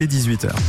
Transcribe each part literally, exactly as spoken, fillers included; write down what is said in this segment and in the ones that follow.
Et dix-huit heures.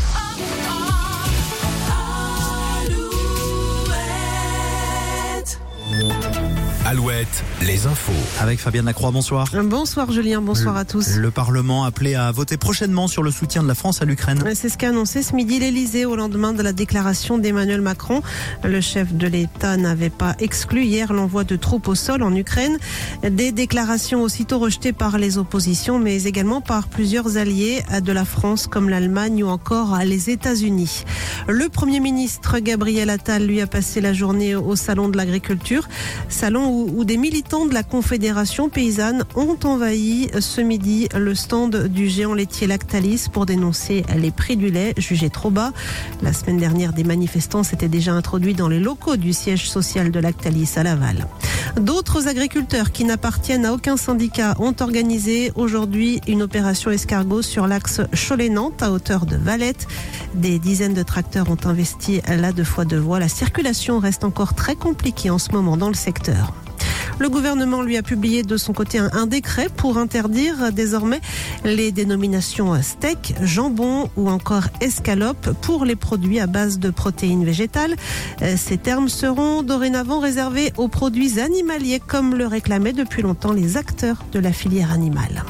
Alouette, les infos. Avec Fabienne Lacroix, bonsoir. Bonsoir Julien, bonsoir le, à tous. Le Parlement appelé à voter prochainement sur le soutien de la France à l'Ukraine. C'est ce qu'a annoncé ce midi l'Elysée au lendemain de la déclaration d'Emmanuel Macron. Le chef de l'État n'avait pas exclu hier l'envoi de troupes au sol en Ukraine. Des déclarations aussitôt rejetées par les oppositions, mais également par plusieurs alliés de la France comme l'Allemagne ou encore les États-Unis. Le Premier ministre Gabriel Attal lui a passé la journée au Salon de l'Agriculture, salon où où des militants de la Confédération paysanne ont envahi ce midi le stand du géant laitier Lactalis pour dénoncer les prix du lait jugés trop bas. La semaine dernière, des manifestants s'étaient déjà introduits dans les locaux du siège social de Lactalis à Laval. D'autres agriculteurs qui n'appartiennent à aucun syndicat ont organisé aujourd'hui une opération escargot sur l'axe Cholet-Nantes à hauteur de Valette. Des dizaines de tracteurs ont investi là deux fois deux voies. La circulation reste encore très compliquée en ce moment dans le secteur. Le gouvernement lui a publié de son côté un, un décret pour interdire désormais les dénominations steak, jambon ou encore escalope pour les produits à base de protéines végétales. Ces termes seront dorénavant réservés aux produits animaliers comme le réclamaient depuis longtemps les acteurs de la filière animale.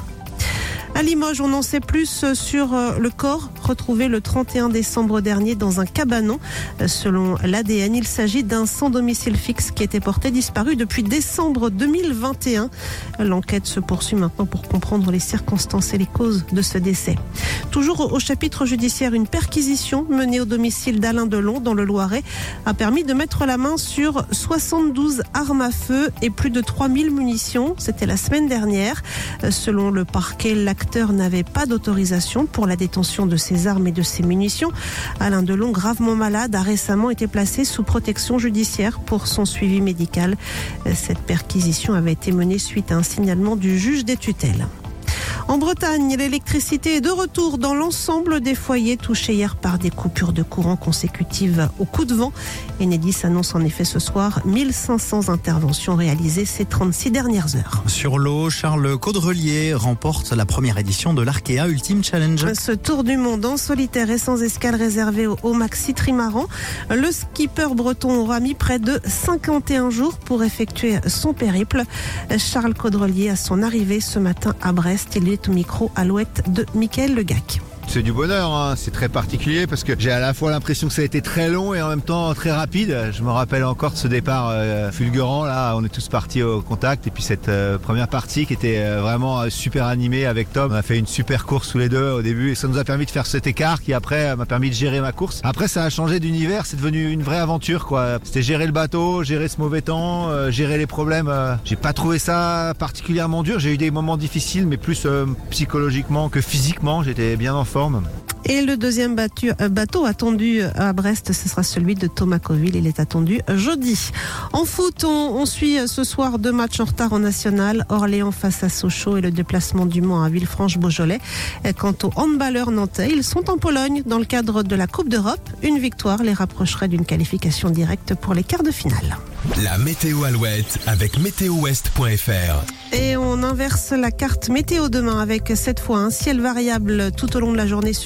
À Limoges, on en sait plus sur le corps retrouvé le trente et un décembre dernier dans un cabanon. Selon l'A D N, il s'agit d'un sans domicile fixe qui était porté disparu depuis décembre deux mille vingt et un. L'enquête se poursuit maintenant pour comprendre les circonstances et les causes de ce décès. Toujours au chapitre judiciaire, une perquisition menée au domicile d'Alain Delon dans le Loiret a permis de mettre la main sur soixante-douze armes à feu et plus de trois mille munitions. C'était la semaine dernière. Selon le parquet, l'acteur n'avait pas d'autorisation pour la détention de ses armes et de ses munitions. Alain Delon, gravement malade, a récemment été placé sous protection judiciaire pour son suivi médical. Cette perquisition avait été menée suite à un signalement du juge des tutelles. En Bretagne, l'électricité est de retour dans l'ensemble des foyers touchés hier par des coupures de courant consécutives au coup de vent. Enedis annonce en effet ce soir mille cinq cents interventions réalisées ces trente-six dernières heures. Sur l'eau, Charles Caudrelier remporte la première édition de l'Arkea Ultimate Challenge. Ce tour du monde en solitaire et sans escale réservé au, au maxi trimaran. Le skipper breton aura mis près de cinquante et un jours pour effectuer son périple. Charles Caudrelier, à son arrivée ce matin à Brest, il est au micro Alouette de Mickaël Legac. C'est du bonheur, hein. C'est très particulier parce que j'ai à la fois l'impression que ça a été très long et en même temps très rapide. Je me rappelle encore de ce départ euh, fulgurant, là, on est tous partis au contact et puis cette euh, première partie qui était euh, vraiment super animée avec Tom. On a fait une super course tous les deux au début et ça nous a permis de faire cet écart qui après m'a permis de gérer ma course. Après ça a changé d'univers, c'est devenu une vraie aventure, quoi. C'était gérer le bateau, gérer ce mauvais temps, euh, gérer les problèmes. Euh, j'ai pas trouvé ça particulièrement dur, j'ai eu des moments difficiles mais plus euh, psychologiquement que physiquement, j'étais bien en forme. Et le deuxième bateau, bateau attendu à Brest, ce sera celui de Thomas Coville. Il est attendu jeudi. En foot, on, on suit ce soir deux matchs en retard en national. Orléans face à Sochaux et le déplacement du Mans à Villefranche-Beaujolais. Quant aux handballeurs nantais, ils sont en Pologne dans le cadre de la Coupe d'Europe. Une victoire les rapprocherait d'une qualification directe pour les quarts de finale. La météo Alouette avec météo ouest point f r. Et on inverse la carte météo demain avec cette fois un ciel variable tout au long de la journée sur